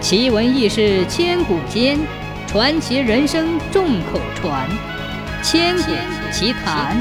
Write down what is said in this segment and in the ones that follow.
奇闻异事千古间，传奇人生众口传。千古奇谈。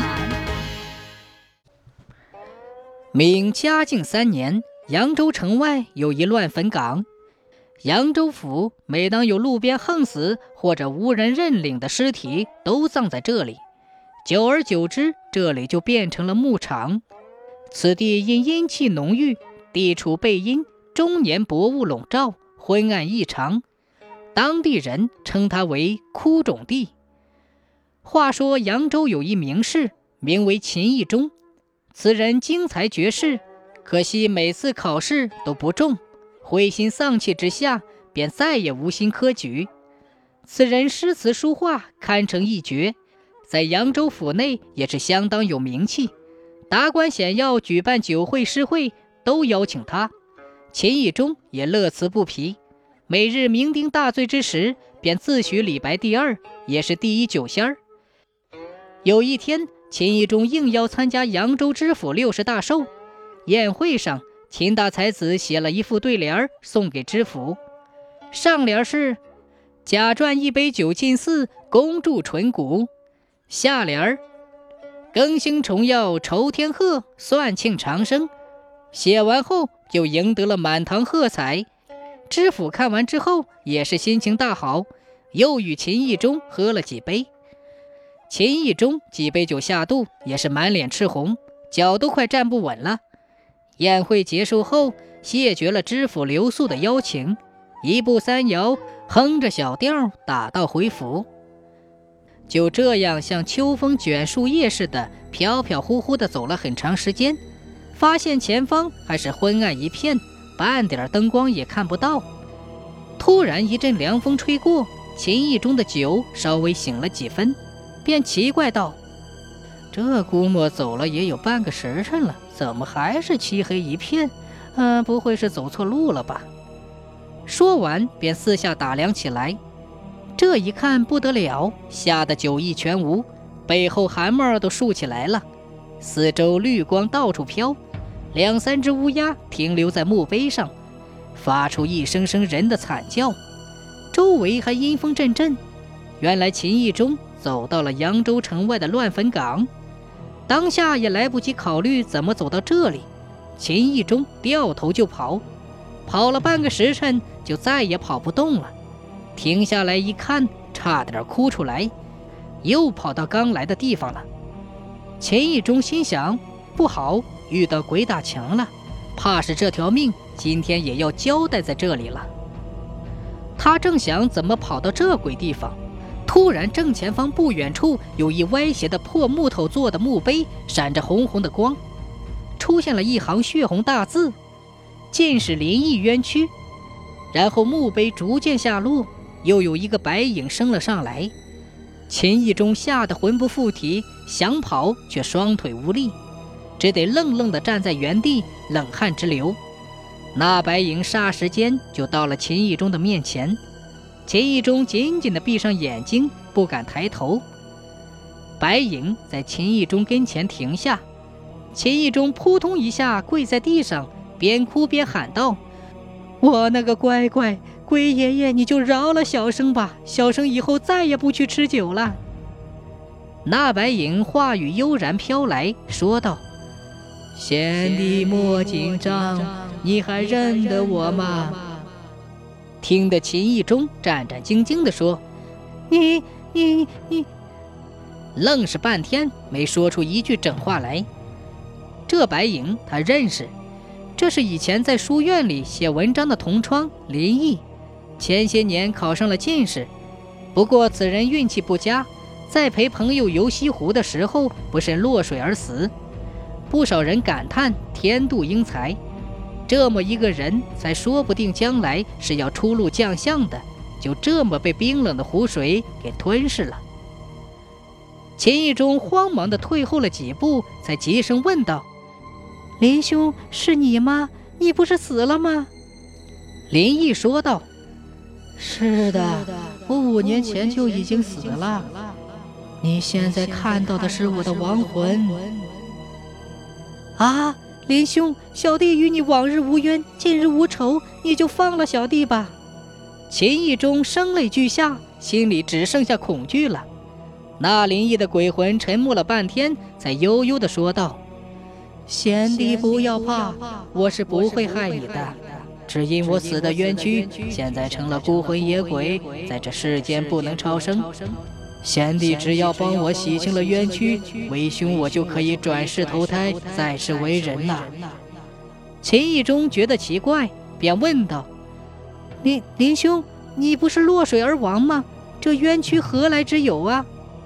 明嘉靖3年，扬州城外有一乱坟岗。扬州府每当有路边横死或者无人认领的尸体，都葬在这里。久而久之，这里就变成了牧场。此地因阴气浓郁，地处背阴，终年薄雾笼罩，昏暗异常，当地人称它为枯冢地。话说扬州有一名士，名为秦义中，此人经才绝世，可惜每次考试都不中，灰心丧气之下，便再也无心科举。此人诗词书画堪称一绝，在扬州府内也是相当有名气，达官显要举办酒会诗会都邀请他。秦义中也乐此不疲，每日酩酊大醉之时，便自诩李白第二，也是第一酒仙儿。有一天，秦义中应邀参加扬州知府60大寿宴会上，秦大才子写了一副对联送给知府，上联是假赚一杯酒进寺，恭祝淳古，下联更兴重耀酬天贺，算庆长生。写完后就赢得了满堂喝彩。知府看完之后也是心情大好，又与秦义中喝了几杯。秦义中几杯酒下肚，也是满脸赤红，脚都快站不稳了。宴会结束后，谢绝了知府留宿的邀请，一步三摇，哼着小调打道回府。就这样像秋风卷树叶似的飘飘忽忽地走了很长时间，发现前方还是昏暗一片，半点灯光也看不到。突然一阵凉风吹过，秦义中的酒稍微醒了几分，便奇怪道：这估摸走了也有半个时辰了，怎么还是漆黑一片？不会是走错路了吧？说完便四下打量起来，这一看不得了，吓得酒意全无，背后汗毛都竖起来了，四周绿光到处飘，2、3只乌鸦停留在墓碑上，发出一声声人的惨叫，周围还阴风阵阵。原来秦义中走到了扬州城外的乱坟岗，当下也来不及考虑怎么走到这里，秦义中掉头就跑，跑了半个时辰就再也跑不动了，停下来一看，差点哭出来，又跑到刚来的地方了。秦义中心想，不好，遇到鬼打墙了，怕是这条命今天也要交代在这里了。他正想怎么跑到这鬼地方，突然正前方不远处有一歪斜的破木头做的墓碑，闪着红红的光，出现了一行血红大字：进士林义冤屈。然后墓碑逐渐下落，又有一个白影升了上来。秦义中吓得魂不附体，想跑却双腿无力，只得愣愣地站在原地，冷汗直流。那白影霎时间就到了秦义中的面前，秦义中紧紧地闭上眼睛，不敢抬头。白影在秦义中跟前停下，秦义中扑通一下跪在地上，边哭边喊道：我那个乖乖，龟爷爷你就饶了小生吧，小生以后再也不去吃酒了。那白影话语悠然飘来，说道：贤弟莫紧张，你还认得我吗？听得秦义中战战兢兢地说：你愣是半天没说出一句整话来。这白影他认识，这是以前在书院里写文章的同窗林毅，前些年考上了进士，不过此人运气不佳，在陪朋友游西湖的时候不慎落水而死。不少人感叹天妒英才，这么一个人才说不定将来是要出路将相的，就这么被冰冷的湖水给吞噬了。秦义中慌忙地退后了几步，才急声问道：林兄，是你吗？你不是死了吗？林毅说道：是的，我5年前就已经死了，你现在看到的是我的亡魂。啊，林兄，小弟与你往日无冤，近日无仇，你就放了小弟吧。 秦义中声泪俱下，心里只剩下恐惧了。那灵异的鬼魂沉默了半天，才悠悠地说道：贤弟不要怕，我是不会害你的，只因我死的冤屈现在成了孤魂野鬼，在这世间不能超生。贤弟只要帮我洗清了冤屈，为兄我就可以转世投胎，再世为人了。秦义中觉得奇怪，便问道：林兄，你不是落水而亡吗？这冤屈何来之有啊？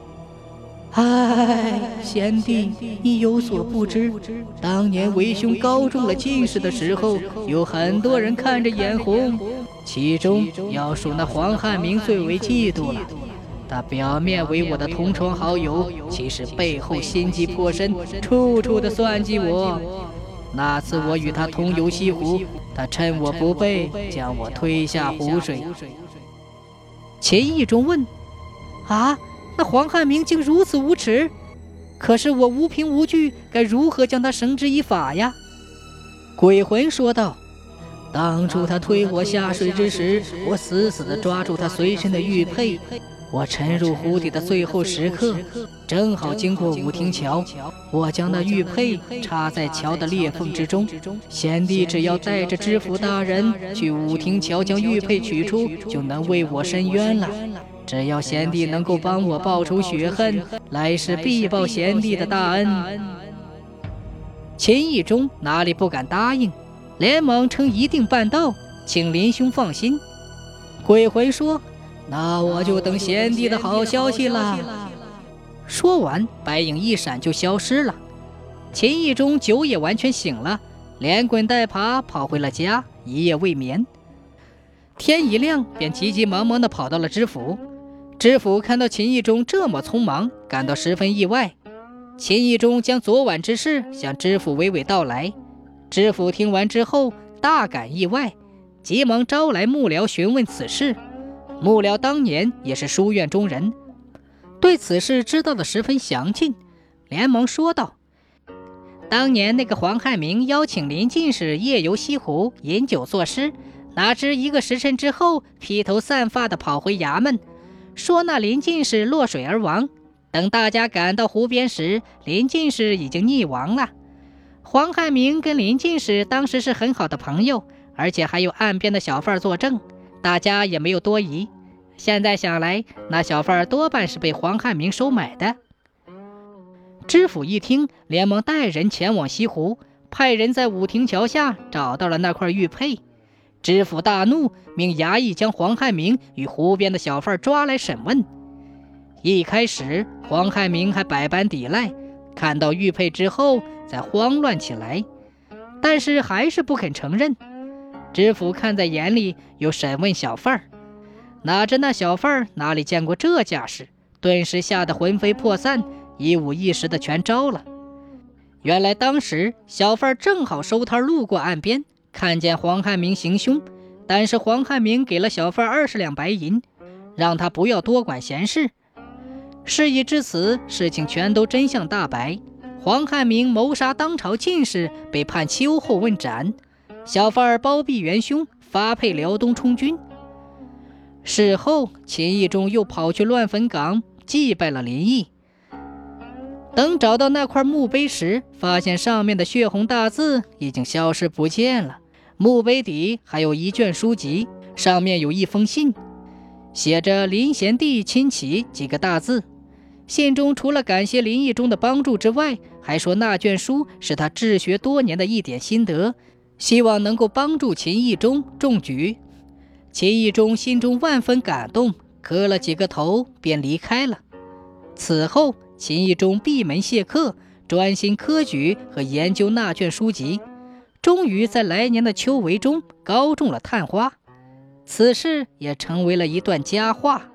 唉，贤弟，你有所不知，当年为兄高中了进士的时候，有很多人看着眼红，其中要数那黄汉明最为嫉妒了。他表面为我的同窗好友，其实背后心机颇深，处处的算计我。那次我与他同游西湖，他趁我不备，将我推下湖水。秦义中问：啊，那黄汉明竟如此无耻？可是我无凭无据，该如何将他绳之以法呀？鬼魂说道：当初他推我下水之时，我死死地抓住他随身的玉佩。我沉入湖底的最后时刻，正好经过武亭桥，我将那玉佩插在桥的裂缝之中。贤弟只要带着知府大人去武亭桥将玉佩取出，就能为我伸冤了。只要贤弟能够帮我报仇雪恨，来世必报贤弟的大恩。秦义中哪里不敢答应，连忙称一定办到，请林兄放心。鬼魂说：那我就等贤弟的好消息了。说完，白影一闪就消失了。秦义中酒也完全醒了，连滚带爬跑回了家，一夜未眠。天一亮，便急急忙忙地跑到了知府。知府看到秦义中这么匆忙，感到十分意外。秦义中将昨晚之事向知府娓娓道来。知府听完之后大感意外，急忙招来幕僚询问此事。幕僚当年也是书院中人，对此事知道的十分详尽，连忙说道：当年那个黄汉明邀请林进士夜游西湖，饮酒作诗，哪知一个时辰之后披头散发地跑回衙门，说那林进士落水而亡。等大家赶到湖边时，林进士已经溺亡了。黄汉明跟林进士当时是很好的朋友，而且还有岸边的小贩作证，大家也没有多疑。现在想来，那小贩多半是被黄汉明收买的。知府一听，连忙带人前往西湖，派人在武亭桥下找到了那块玉佩。知府大怒，命衙役将黄汉明与湖边的小贩抓来审问。一开始黄汉明还百般抵赖，看到玉佩之后再慌乱起来，但是还是不肯承认。知府看在眼里，又审问小贩，哪知那小贩哪里见过这架势，顿时吓得魂飞魄散，一五一十的全招了。原来当时小贩正好收摊路过岸边，看见黄汉明行凶，但是黄汉明给了小贩20两白银，让他不要多管闲事。事已至此，事情全都真相大白。黄汉明谋杀当朝进士，被判秋后问斩。小贩包庇元凶，发配辽东充军。事后，秦义中又跑去乱坟岗祭拜了林毅。等找到那块墓碑时，发现上面的血红大字已经消失不见了。墓碑底还有一卷书籍，上面有一封信，写着林贤弟亲启几个大字。信中除了感谢林义中的帮助之外，还说那卷书是他治学多年的一点心得，希望能够帮助秦义中中举。秦义中心中万分感动，磕了几个头便离开了。此后秦义中闭门谢客，专心科举和研究那卷书籍，终于在来年的秋闱中高中了探花。此事也成为了一段佳话。